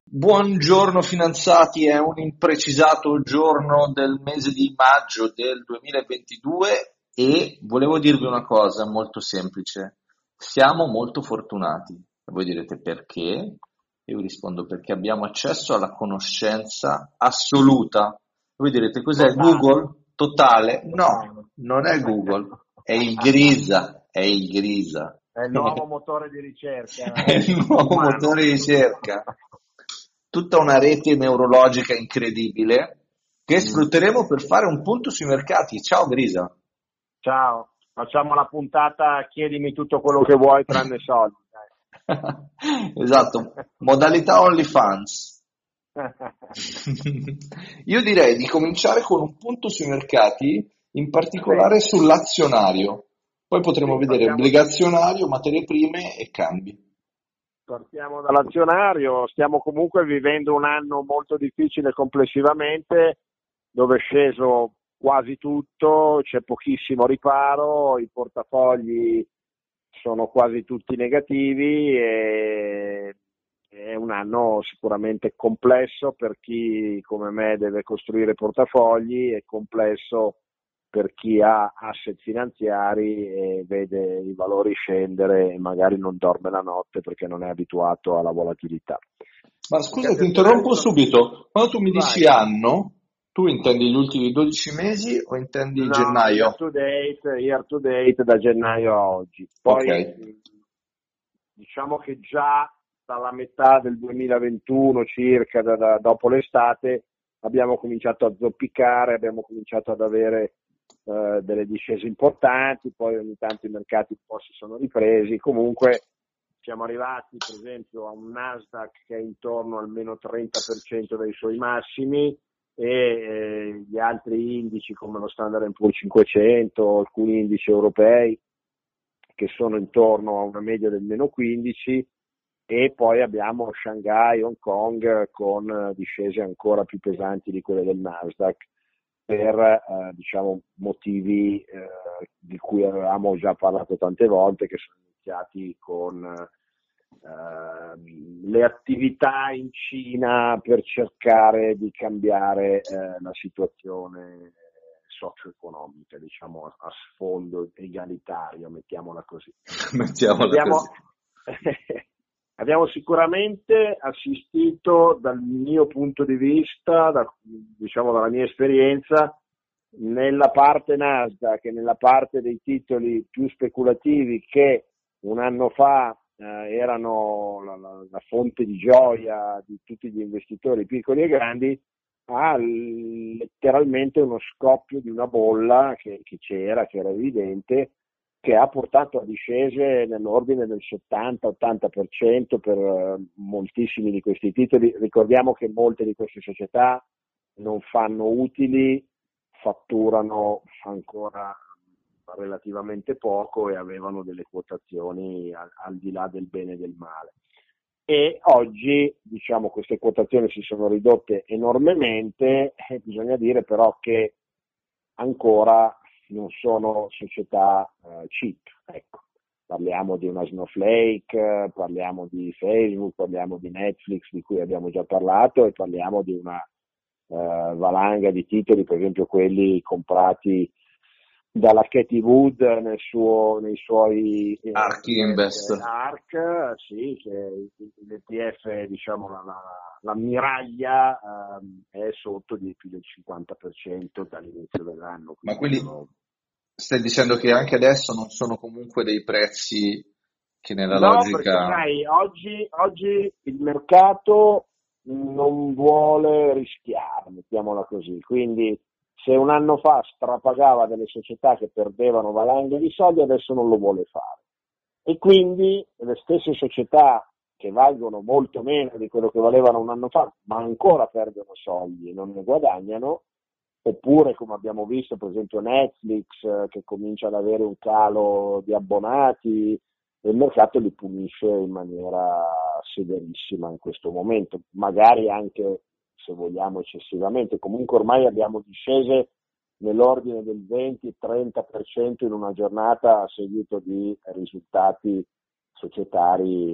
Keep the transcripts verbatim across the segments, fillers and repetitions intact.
Buongiorno finanziati, è un imprecisato giorno del mese di maggio del duemilaventidue e volevo dirvi una cosa molto semplice. Siamo molto fortunati. E voi direte perché? Io vi rispondo perché abbiamo accesso alla conoscenza assoluta. Voi direte cos'è Totale, Google? Totale? totale. No, non è Google, è il Grisa, è il Grisa. È il nuovo motore di È ricerca il nuovo umano. motore di ricerca, tutta una rete neurologica incredibile che Mm. sfrutteremo per fare un punto sui mercati. Ciao Grisa. Ciao, facciamo la puntata chiedimi tutto quello che vuoi tranne soldi. Esatto, modalità OnlyFans. Io direi di cominciare con un punto sui mercati, in Sì, particolare sull'azionario. Poi potremo sì, vedere partiamo, obbligazionario, materie prime e cambi. partiamo dall'azionario. Stiamo comunque vivendo un anno molto difficile complessivamente, dove è sceso quasi tutto, c'è pochissimo riparo, i portafogli sono quasi tutti negativi e è un anno sicuramente complesso per chi come me deve costruire portafogli e complesso per chi ha asset finanziari e vede i valori scendere e magari non dorme la notte perché non è abituato alla volatilità. Ma Che scusa, ti interrompo atteggiamento? subito. Quando tu mi dici Vai. anno, tu intendi gli ultimi dodici mesi o intendi No, year gennaio? to date, year to date da gennaio a oggi. Ok. Poi mh, diciamo che già dalla metà del duemilaventuno circa, da- da- dopo l'estate, abbiamo cominciato a zoppicare, abbiamo cominciato ad avere eh, delle discese importanti, poi ogni tanto i mercati un po' si sono ripresi. Comunque siamo arrivati per esempio a un Nasdaq che è intorno al meno trenta per cento dei suoi massimi e eh, gli altri indici come lo Standard and Poor's cinquecento, alcuni indici europei che sono intorno a una media del meno quindici e poi abbiamo Shanghai, Hong Kong con eh, discese ancora più pesanti di quelle del Nasdaq per eh, diciamo, motivi eh, di cui avevamo già parlato tante volte, che sono iniziati con eh, le attività in Cina per cercare di cambiare eh, la situazione socio-economica, diciamo a, a sfondo egalitario, mettiamola così. Mettiamola Abbiamo, così. abbiamo sicuramente assistito dal mio punto di vista, da, diciamo dalla mia esperienza, nella parte Nasdaq e nella parte dei titoli più speculativi che un anno fa eh, erano la, la, la fonte di gioia di tutti gli investitori piccoli e grandi, a letteralmente uno scoppio di una bolla che, che c'era, che era evidente, che ha portato a discese nell'ordine del settanta-ottanta per cento per eh, moltissimi di questi titoli. Ricordiamo che molte di queste società non fanno utili, fatturano ancora relativamente poco e avevano delle quotazioni al, al di là del bene e del male. E oggi diciamo queste quotazioni si sono ridotte enormemente e bisogna dire però che ancora non sono società eh, cheap, ecco. Parliamo di una Snowflake, parliamo di Facebook, parliamo di Netflix di cui abbiamo già parlato e parliamo di una eh, valanga di titoli, per esempio quelli comprati dalla Katie Wood nel suo, nei suoi eh, Arch E T F Invest. ARC, sì, che l'E T F, diciamo, la, la, l'ammiraglia ehm, è sotto di più del cinquanta per cento dall'inizio dell'anno, Ma quindi quindi sono. stai dicendo che anche adesso non sono comunque dei prezzi che nella No, perché logica. sai, oggi, oggi il mercato non vuole rischiare, mettiamola così. Quindi se un anno fa strapagava delle società che perdevano valanghe di soldi, adesso non lo vuole fare. E quindi le stesse società che valgono molto meno di quello che valevano un anno fa, ma ancora perdono soldi e non ne guadagnano, oppure come abbiamo visto per esempio Netflix eh, che comincia ad avere un calo di abbonati, e il mercato li punisce in maniera severissima in questo momento, magari anche se vogliamo eccessivamente. Comunque ormai abbiamo discese nell'ordine del venti-trenta per cento in una giornata a seguito di risultati societari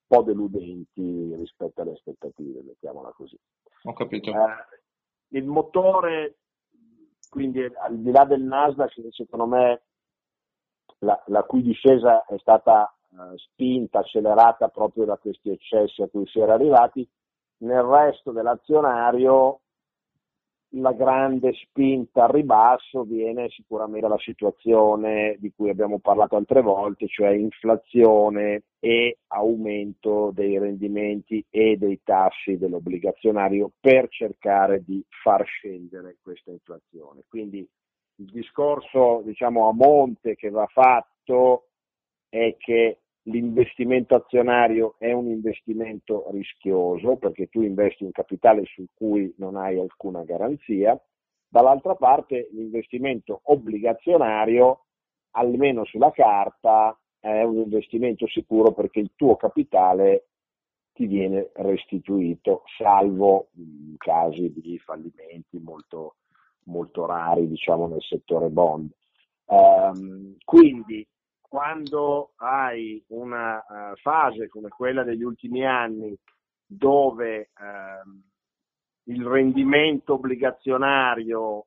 po' deludenti rispetto alle aspettative, mettiamola così. Ho capito. Eh, il motore, quindi al di là del Nasdaq, secondo me la, la cui discesa è stata uh, spinta, accelerata proprio da questi eccessi a cui si era arrivati, nel resto dell'azionario la grande spinta al ribasso viene sicuramente dalla situazione di cui abbiamo parlato altre volte, cioè inflazione e aumento dei rendimenti e dei tassi dell'obbligazionario per cercare di far scendere questa inflazione. Quindi il discorso, diciamo, a monte che va fatto è che l'investimento azionario è un investimento rischioso perché tu investi un capitale su cui non hai alcuna garanzia. Dall'altra parte l'investimento obbligazionario, almeno sulla carta, è un investimento sicuro perché il tuo capitale ti viene restituito, salvo mh, casi di fallimenti molto, molto rari, diciamo, nel settore bond. Um, quindi quando hai una uh, fase come quella degli ultimi anni dove uh, il rendimento obbligazionario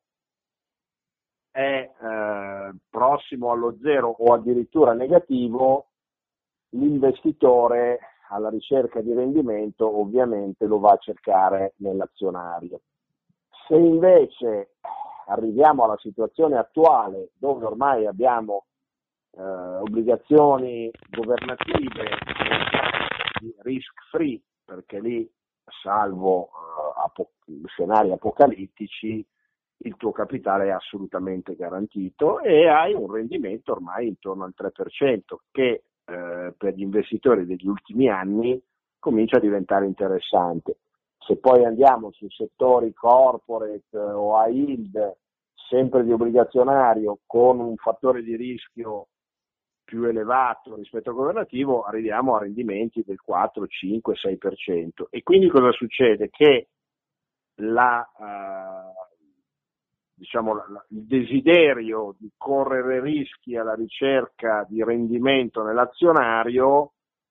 è uh, prossimo allo zero o addirittura negativo, l'investitore alla ricerca di rendimento ovviamente lo va a cercare nell'azionario. Se invece arriviamo alla situazione attuale dove ormai abbiamo Eh, obbligazioni governative di risk free, perché lì, salvo eh, apo- scenari apocalittici, il tuo capitale è assolutamente garantito e hai un rendimento ormai intorno al tre per cento che eh, per gli investitori degli ultimi anni comincia a diventare interessante. Se poi andiamo su settori corporate o high yield, sempre di obbligazionario, con un fattore di rischio più elevato rispetto al governativo, arriviamo a rendimenti del quattro, cinque, sei per cento. E quindi cosa succede? Che la, eh, diciamo, la, la, il desiderio di correre rischi alla ricerca di rendimento nell'azionario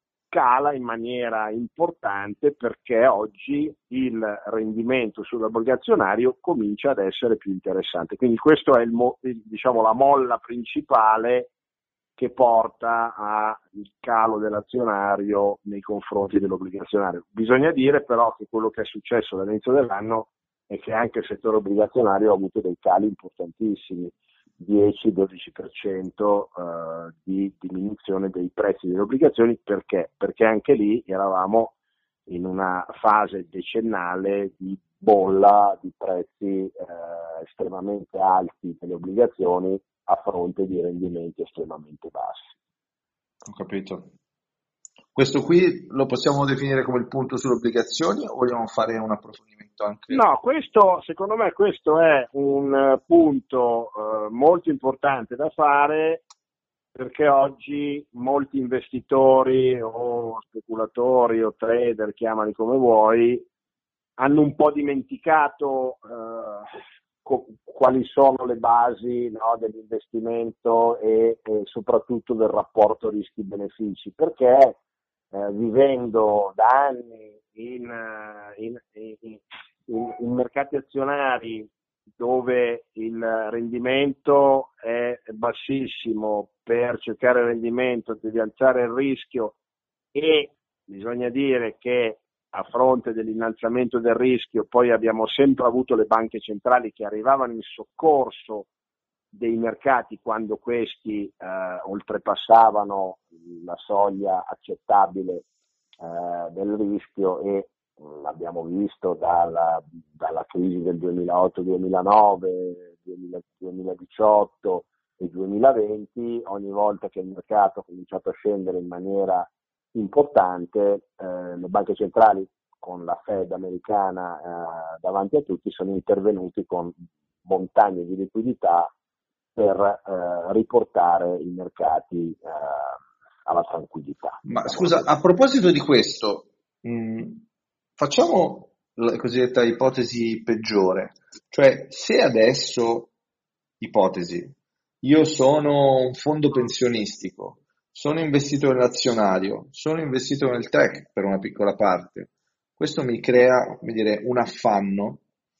cala in maniera importante perché oggi il rendimento sull'obbligazionario comincia ad essere più interessante. Quindi questo è il, diciamo, la molla principale che porta al calo dell'azionario nei confronti dell'obbligazionario. Bisogna dire però che quello che è successo dall'inizio dell'anno è che anche il settore obbligazionario ha avuto dei cali importantissimi, dieci dodici per cento eh, di diminuzione dei prezzi delle obbligazioni. Perché? Perché anche lì eravamo in una fase decennale di bolla di prezzi eh, estremamente alti delle obbligazioni a fronte di rendimenti estremamente bassi. Ho capito. Questo qui lo possiamo definire come il punto sulle obbligazioni o vogliamo fare un approfondimento anche? No, questo, secondo me questo è un punto eh, molto importante da fare perché oggi molti investitori o speculatori o trader, chiamali come vuoi, hanno un po' dimenticato eh, co- quali sono le basi, no, dell'investimento e, e soprattutto del rapporto rischi-benefici, perché eh, vivendo da anni in, in, in, in, in mercati azionari dove il rendimento è bassissimo, per cercare il rendimento devi alzare il rischio e bisogna dire che a fronte dell'innalzamento del rischio poi abbiamo sempre avuto le banche centrali che arrivavano in soccorso dei mercati quando questi eh, oltrepassavano la soglia accettabile eh, del rischio e l'abbiamo visto dalla, dalla crisi del duemilaotto duemilanove, duemiladiciotto e duemilaventi, ogni volta che il mercato ha cominciato a scendere in maniera importante, eh, le banche centrali con la Fed americana eh, davanti a tutti sono intervenuti con montagne di liquidità per eh, riportare i mercati eh, alla tranquillità. Ma scusa, a proposito di questo, mh, facciamo la cosiddetta ipotesi peggiore, cioè se adesso, ipotesi, io sono un fondo pensionistico sono investito nell'azionario, sono investito nel tech per una piccola parte. Questo mi crea, come dire, un affanno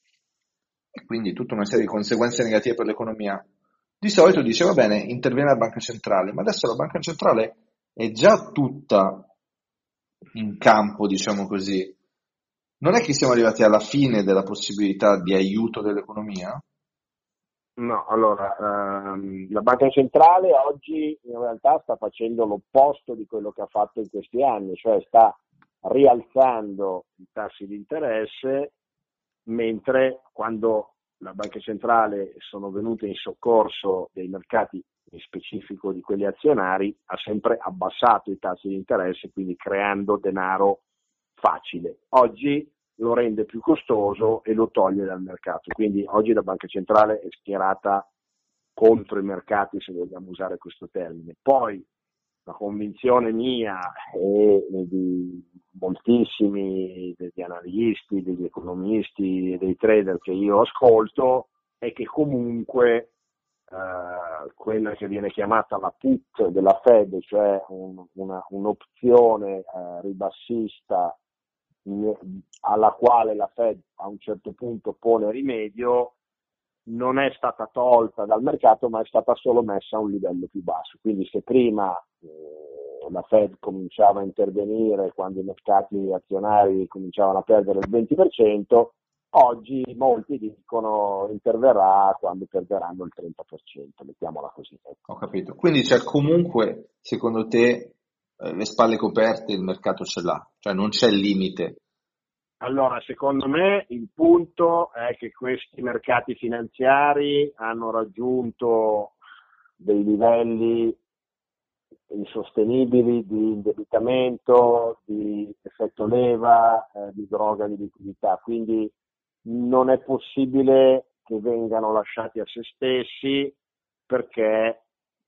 e quindi tutta una serie di conseguenze negative per l'economia. Di solito dice, va bene, interviene la banca centrale, ma adesso la banca centrale è già tutta in campo, diciamo così. Non è che siamo arrivati alla fine della possibilità di aiuto dell'economia? No, allora, ehm, la banca centrale oggi in realtà sta facendo l'opposto di quello che ha fatto in questi anni, cioè sta rialzando i tassi di interesse, mentre quando la banca centrale sono venute in soccorso dei mercati, in specifico di quelli azionari, ha sempre abbassato i tassi di interesse, quindi creando denaro facile. Oggi lo rende più costoso e lo toglie dal mercato. Quindi oggi la banca centrale è schierata contro i mercati, se vogliamo usare questo termine. Poi la convinzione mia e di moltissimi degli analisti, degli economisti e dei trader che io ascolto è che comunque eh, quella che viene chiamata la put della Fed, cioè un, una, un'opzione eh, ribassista alla quale la Fed a un certo punto pone rimedio, non è stata tolta dal mercato, ma è stata solo messa a un livello più basso. Quindi se prima eh, la Fed cominciava a intervenire quando i mercati azionari cominciavano a perdere il venti per cento, oggi molti dicono interverrà quando perderanno il trenta per cento, mettiamola così. Ho capito. Quindi c'è comunque, secondo te, eh, le spalle coperte il mercato ce l'ha, cioè non c'è limite. Allora, secondo me il punto è che questi mercati finanziari hanno raggiunto dei livelli insostenibili di indebitamento, di effetto leva, eh, di droga di liquidità, quindi non è possibile che vengano lasciati a se stessi perché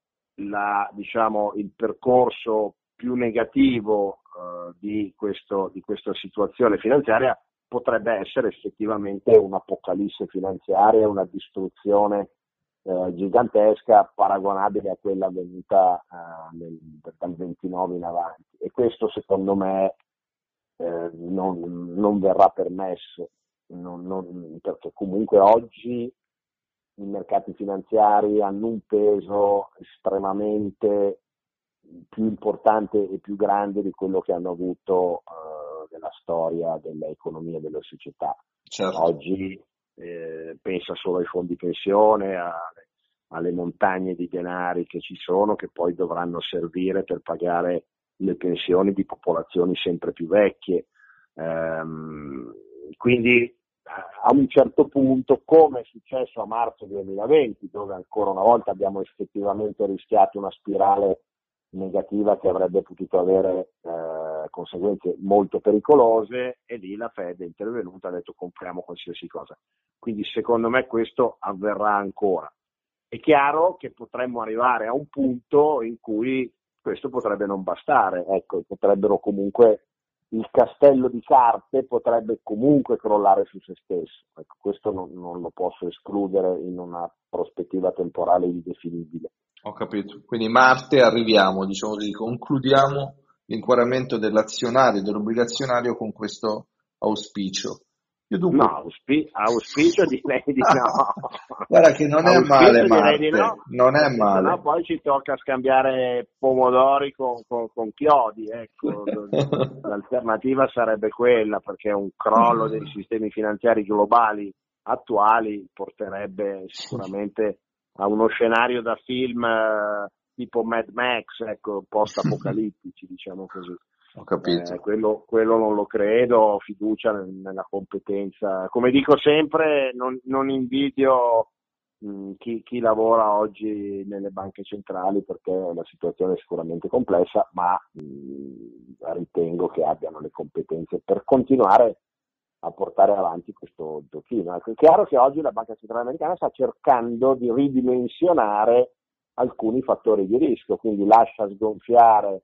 la, diciamo, il percorso più negativo eh, di, questo, di questa situazione finanziaria potrebbe essere effettivamente un'apocalisse finanziaria, una distruzione eh, gigantesca paragonabile a quella avvenuta eh, nel, dal ventinove in avanti, e questo secondo me eh, non, non verrà permesso, non, non, perché comunque oggi i mercati finanziari hanno un peso estremamente più importante e più grande di quello che hanno avuto eh, nella storia dell'economia e delle società. Certo. Oggi eh, pensa solo ai fondi pensione, a, alle montagne di denari che ci sono, che poi dovranno servire per pagare le pensioni di popolazioni sempre più vecchie. Ehm, quindi a un certo punto, come è successo a marzo duemilaventi, dove ancora una volta abbiamo effettivamente rischiato una spirale negativa che avrebbe potuto avere eh, conseguenze molto pericolose, e lì la Fed è intervenuta e ha detto compriamo qualsiasi cosa. Quindi secondo me questo avverrà ancora. È chiaro che potremmo arrivare a un punto in cui questo potrebbe non bastare, ecco, potrebbero comunque il castello di carte potrebbe comunque crollare su se stesso. Ecco, questo non, non lo posso escludere in una prospettiva temporale indefinibile. Ho capito. Quindi Marte arriviamo, diciamo così, concludiamo l'inquadramento dell'azionario e dell'obbligazionario con questo auspicio. Io dunque... No, auspi- auspicio direi di no. Guarda che non è Auspicio male direi di Marte, no, non è perché male. sennò poi ci tocca scambiare pomodori con, con, con chiodi, ecco. L'alternativa sarebbe quella, perché un crollo dei sistemi finanziari globali attuali porterebbe sicuramente a uno scenario da film eh, tipo Mad Max, ecco, post-apocalittici, diciamo così. Ho capito. Eh, quello, quello non lo credo, ho fiducia nella competenza. Come dico sempre, non, non invidio mh, chi, chi lavora oggi nelle banche centrali, perché la situazione è sicuramente complessa, ma mh, ritengo che abbiano le competenze per continuare a portare avanti questo giochino. È chiaro che oggi la Banca Centrale Americana sta cercando di ridimensionare alcuni fattori di rischio, quindi lascia sgonfiare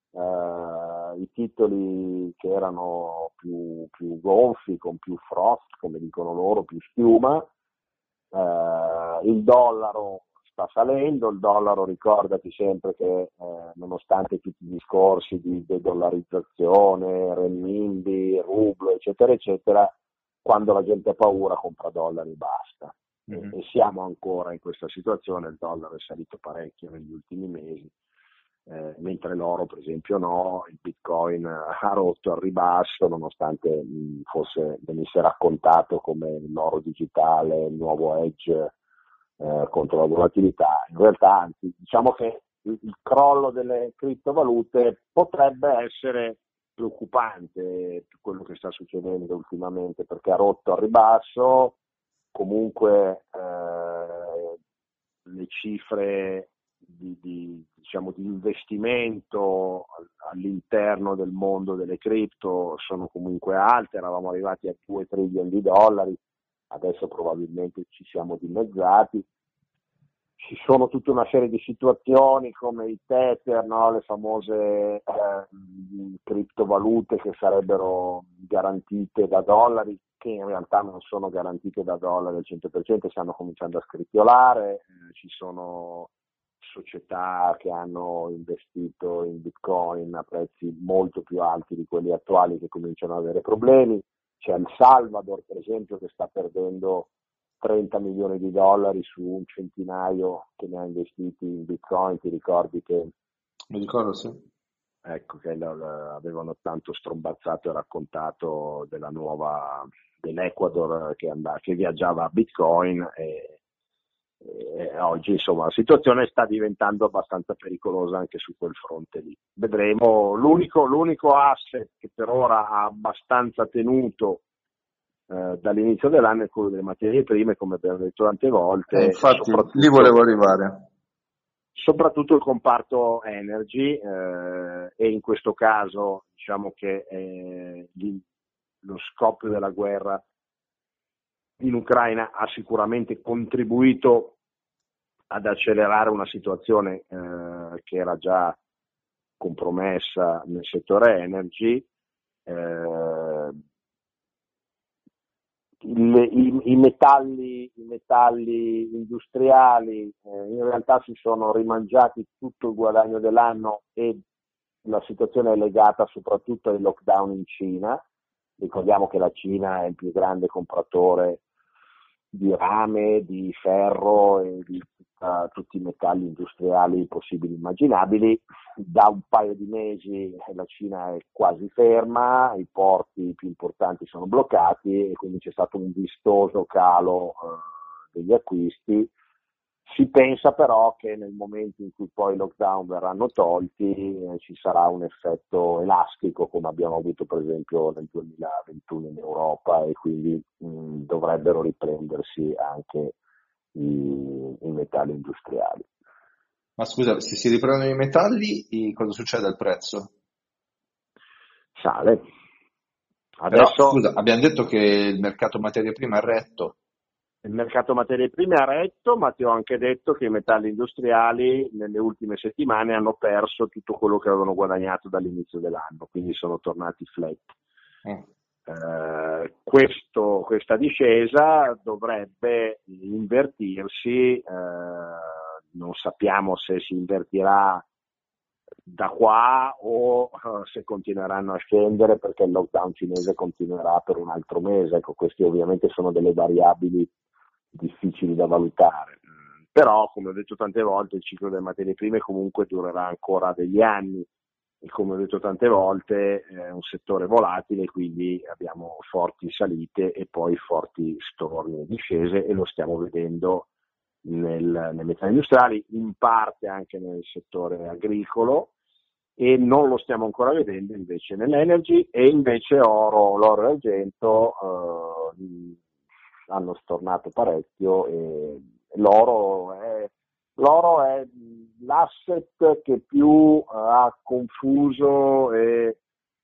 Uh, i titoli che erano più, più gonfi, con più frost, come dicono loro, più schiuma, uh, il dollaro sta salendo, il dollaro ricordati sempre che eh, nonostante tutti i discorsi di de-dollarizzazione, renminbi, rublo, eccetera, eccetera, quando la gente ha paura compra dollari e basta. Mm-hmm. E, e siamo ancora in questa situazione, il dollaro è salito parecchio negli ultimi mesi. Eh, mentre l'oro per esempio no, il bitcoin ha rotto al ribasso nonostante mh, fosse, venisse raccontato come l'oro digitale, il nuovo hedge eh, contro la volatilità. In realtà anzi, diciamo che il, il crollo delle criptovalute potrebbe essere preoccupante quello che sta succedendo ultimamente, perché ha rotto al ribasso, comunque eh, le cifre Di, di, diciamo, di investimento all'interno del mondo delle cripto sono comunque alte, eravamo arrivati a due trilioni di dollari, adesso probabilmente ci siamo dimezzati. Ci sono tutta una serie di situazioni come i Tether, no? Le famose eh, criptovalute che sarebbero garantite da dollari, che in realtà non sono garantite da dollari al cento per cento, stanno cominciando a scricchiolare, eh, ci sono società che hanno investito in Bitcoin a prezzi molto più alti di quelli attuali che cominciano ad avere problemi. C'è il Salvador, per esempio, che sta perdendo trenta milioni di dollari su un centinaio che ne ha investiti in Bitcoin. Ti ricordi che... Mi ricordo, sì. Ecco, che avevano tanto strombazzato e raccontato della nuova, dell'Ecuador che, andava, che viaggiava a Bitcoin e Eh, oggi insomma la situazione sta diventando abbastanza pericolosa anche su quel fronte lì. Vedremo. L'unico, l'unico asset che per ora ha abbastanza tenuto eh, dall'inizio dell'anno è quello delle materie prime, come abbiamo detto tante volte. Eh, infatti lì volevo arrivare. Soprattutto il comparto energy eh, e in questo caso diciamo che eh, gli, lo scoppio della guerra in Ucraina ha sicuramente contribuito ad accelerare una situazione eh, che era già compromessa nel settore energy. Eh, il, i, i, metalli, i metalli industriali eh, in realtà si sono rimangiati tutto il guadagno dell'anno e la situazione è legata soprattutto ai lockdown in Cina. Ricordiamo che la Cina è il più grande compratore di rame, di ferro e di uh, tutti i metalli industriali possibili e immaginabili. Da un paio di mesi la Cina è quasi ferma, i porti più importanti sono bloccati e quindi c'è stato un vistoso calo uh, degli acquisti. Si pensa però che nel momento in cui poi i lockdown verranno tolti eh, ci sarà un effetto elastico come abbiamo avuto per esempio nel duemilaventuno in Europa e quindi mh, dovrebbero riprendersi anche i, i metalli industriali. Ma scusa, se si riprendono i metalli, cosa succede al prezzo? Sale. Adesso... Però, scusa, abbiamo detto che il mercato materie prime ha retto. Il mercato materie prime ha retto, ma ti ho anche detto che i metalli industriali nelle ultime settimane hanno perso tutto quello che avevano guadagnato dall'inizio dell'anno, quindi sono tornati flat. Mm. Eh, questo, questa discesa dovrebbe invertirsi, eh, non sappiamo se si invertirà da qua o uh, se continueranno a scendere perché il lockdown cinese continuerà per un altro mese. Ecco, queste ovviamente sono delle variabili difficili da valutare, però come ho detto tante volte il ciclo delle materie prime comunque durerà ancora degli anni e come ho detto tante volte è un settore volatile, quindi abbiamo forti salite e poi forti storni e discese e lo stiamo vedendo nel, nei metalli industriali, in parte anche nel settore agricolo e non lo stiamo ancora vedendo invece nell'energy e invece oro, l'oro e l'argento eh, hanno stornato parecchio e l'oro è, l'oro è l'asset che più ha confuso e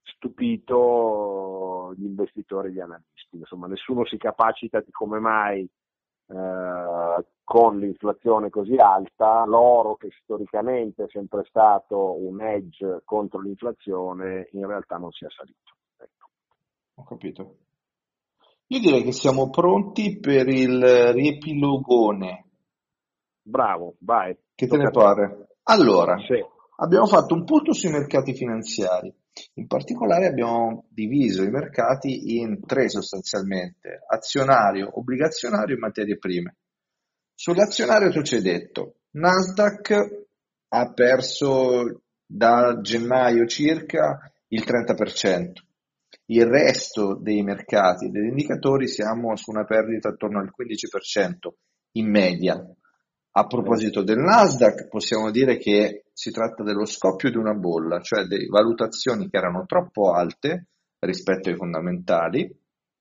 stupito gli investitori e gli analisti. Insomma, nessuno si capacita di come mai eh, con l'inflazione così alta l'oro, che storicamente è sempre stato un hedge contro l'inflazione, in realtà non sia salito. Ecco. Ho capito. Io direi che siamo pronti per il riepilogone. Bravo, vai. Che te Tocca ne a te. pare? Allora, Sì, abbiamo fatto un punto sui mercati finanziari. In particolare abbiamo diviso i mercati in tre sostanzialmente: azionario, obbligazionario e materie prime. Sull'azionario tu ci hai detto, Nasdaq ha perso da gennaio circa il trenta per cento. Il resto dei mercati e degli indicatori siamo su una perdita attorno al quindici per cento in media. A sì, proposito del Nasdaq, possiamo dire che si tratta dello scoppio di una bolla, cioè di valutazioni che erano troppo alte rispetto ai fondamentali,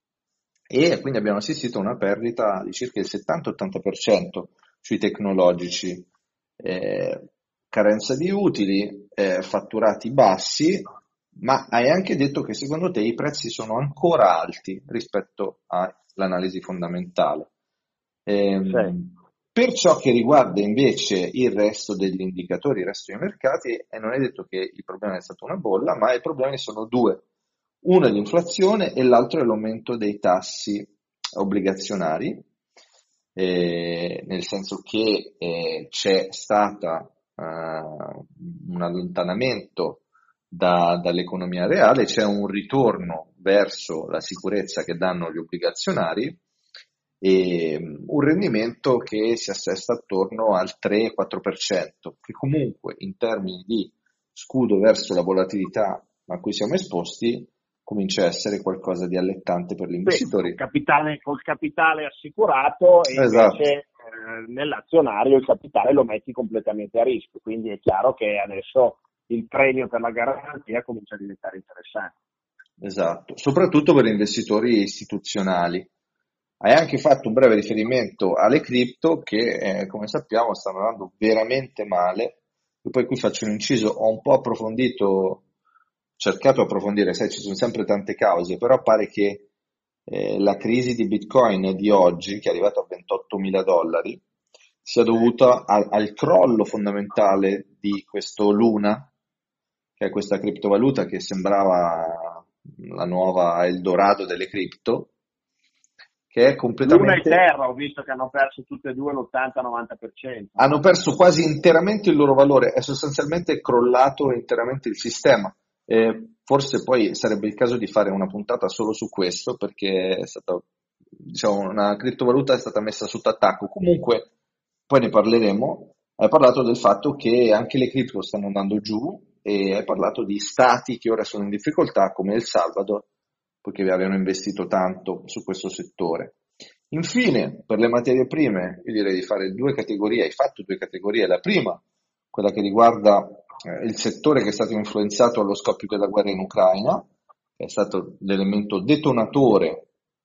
e quindi abbiamo assistito a una perdita di circa il settanta-ottanta per cento sui tecnologici. Eh, carenza di utili, eh, fatturati bassi, ma hai anche detto che secondo te i prezzi sono ancora alti rispetto all'analisi fondamentale. sì. Ehm, per ciò che riguarda invece il resto degli indicatori, il resto dei mercati, e non è detto che il problema è stato una bolla, ma i problemi sono due. Uno è l'inflazione e l'altro è l'aumento dei tassi obbligazionari, eh, nel senso che eh, c'è stata eh, un allontanamento da- dall'economia reale, c'è un ritorno verso la sicurezza che danno gli obbligazionari e mm, un rendimento che si assesta attorno al tre-quattro per cento, che comunque in termini di scudo verso la volatilità a cui siamo esposti comincia a essere qualcosa di allettante per gli Sì, col investitori. capitale, col capitale assicurato e invece Esatto, eh, nell'azionario il capitale lo metti completamente a rischio, quindi è chiaro che adesso il premio per la garanzia comincia a diventare interessante. esatto, soprattutto per investitori istituzionali. Hai anche fatto un breve riferimento alle cripto che, eh, come sappiamo, stanno andando veramente male. E poi qui faccio un inciso, ho un po' approfondito, cercato di approfondire, sai, ci sono sempre tante cause, però pare che eh, la crisi di Bitcoin di oggi, che è arrivata a ventottomila dollari, sia Sì. dovuta al, al crollo fondamentale di questo Luna, che è questa criptovaluta che sembrava la nuova Eldorado delle cripto, che è Luna e completamente, Terra ho visto che hanno perso tutte e due l'ottanta-novanta per cento, hanno no? perso quasi interamente il loro valore, è sostanzialmente crollato interamente il sistema. E forse poi sarebbe il caso di fare una puntata solo su questo, perché è stata, diciamo, una criptovaluta è stata messa sotto attacco. Comunque, poi ne parleremo. Hai parlato del fatto che anche le cripto stanno andando giù e hai parlato di stati che ora sono in difficoltà, come El Salvador, perché avevano investito tanto su questo settore. Infine, per le materie prime, io direi di fare due categorie, hai fatto due categorie. La prima, quella che riguarda eh, il settore che è stato influenzato allo scoppio della guerra in Ucraina, che è stato l'elemento detonatore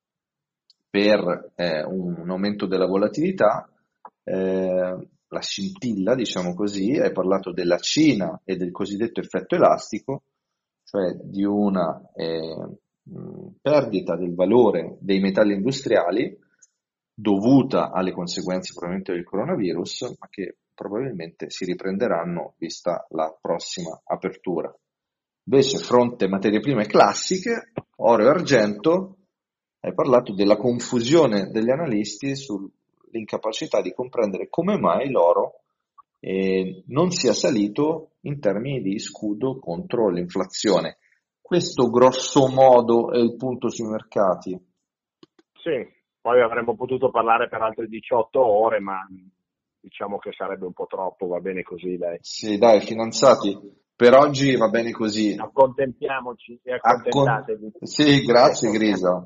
per eh, un aumento della volatilità, eh, la scintilla, diciamo così. Hai parlato della Cina e del cosiddetto effetto elastico, cioè di una eh, mh, perdita del valore dei metalli industriali dovuta alle conseguenze probabilmente del coronavirus, ma che probabilmente si riprenderanno vista la prossima apertura. Invece, fronte materie prime classiche, oro e argento, hai parlato della confusione degli analisti sull'incapacità di comprendere come mai l'oro eh, non sia salito in termini di scudo contro l'inflazione. Questo grosso modo è il punto sui mercati. Sì, poi avremmo potuto parlare per altre diciotto ore, ma diciamo che sarebbe un po' troppo, va bene così, dai. Sì, dai, finanziati, per oggi va bene così. Accontentiamoci e Accon- accontentatevi. sì, grazie Grisa.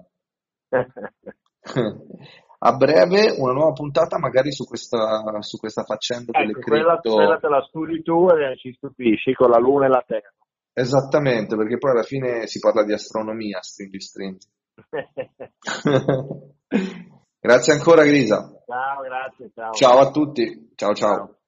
A breve una nuova puntata magari su questa, su questa faccenda delle Ecco, quella, quella cripto. te la studi tu e ci stupisci con la Luna e la Terra. Esattamente, perché poi alla fine si parla di astronomia, stringi stringi. Grazie ancora Grisa. Ciao, grazie, ciao. Ciao a tutti. Ciao ciao. Ciao.